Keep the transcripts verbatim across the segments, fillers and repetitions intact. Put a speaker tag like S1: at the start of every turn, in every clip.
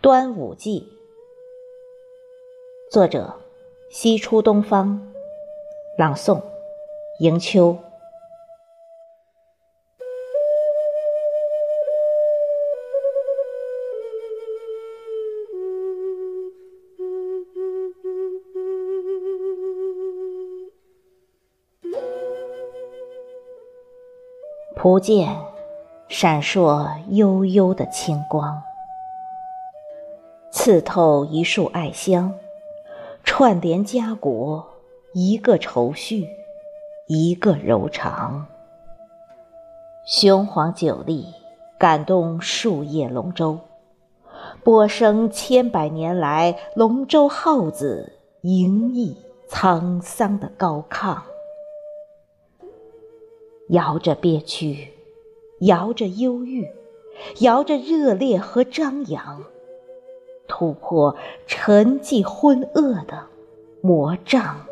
S1: 端午记，作者西出东方，朗诵迎秋。蒲剑闪烁悠悠的清光，刺透一束爱香，串联家国，一个愁绪，一个柔肠。雄黄酒力感动树叶龙舟，播声千百年来龙舟号子迎翳沧桑的高亢。摇着憋屈，摇着忧郁，摇着热烈和张扬，突破沉寂昏噩的魔障。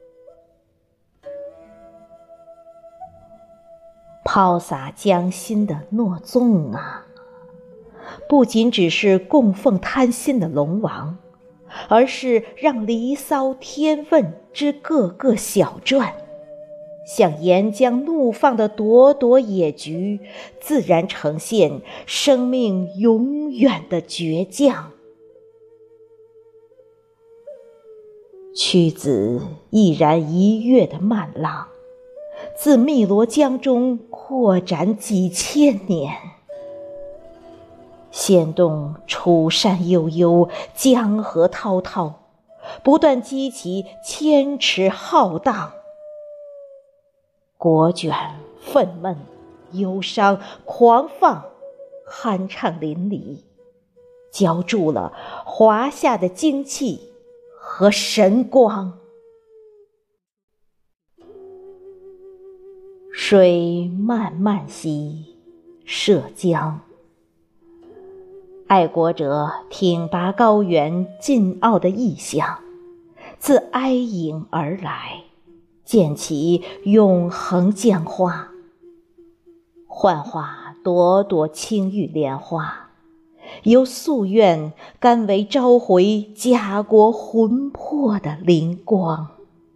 S1: 抛洒江心的诺纵啊，不仅只是供奉贪心的龙王，而是让离骚天问之各个小篆，像岩浆怒放的朵朵野菊，自然呈现生命永远的倔强。屈子毅然一跃的漫浪，自汨罗江中扩展几千年，掀动楚山悠悠，江河滔滔，不断激起千尺浩荡。国卷愤懑忧伤狂放，酣畅淋漓，浇筑了华夏的精气和神光。水漫漫兮涉江，爱国者挺拔高原劲傲的意象，自哀隐而来，溅起永恒江花，幻化朵朵青玉莲花，由夙愿甘为召回家国魂魄的灵光。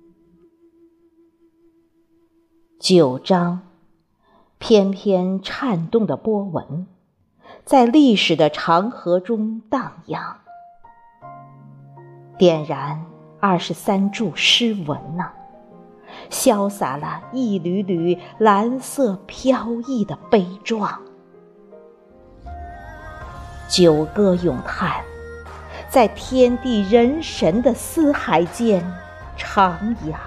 S1: 九章，翩翩颤动的波纹，在历史的长河中荡漾，点燃二十三柱诗文呐、啊，潇洒了一缕缕蓝色飘逸的悲壮。九歌咏叹，在天地人神的四海间徜徉。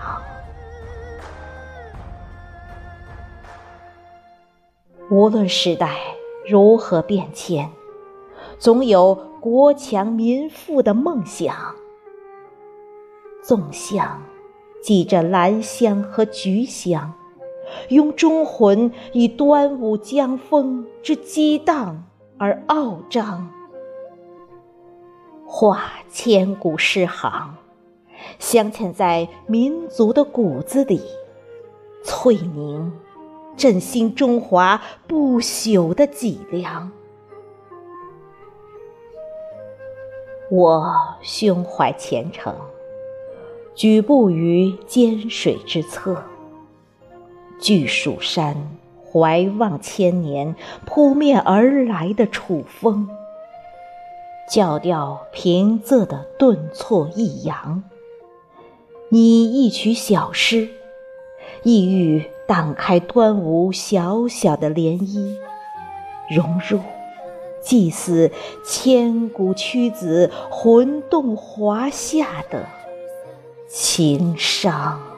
S1: 无论时代如何变迁，总有国强民富的梦想。纵向系着兰香和菊香，用忠魂以端午江风之激荡而傲张。画千古诗行，镶嵌在民族的骨子里，淬凝振兴中华不朽的脊梁。我胸怀前程，举步于坚水之侧，巨蜀山怀望千年扑面而来的楚风，校调平仄的顿挫抑扬，拟一曲小诗，意欲荡开端午小小的涟漪，融入祭祀千古屈子魂动华夏的情伤。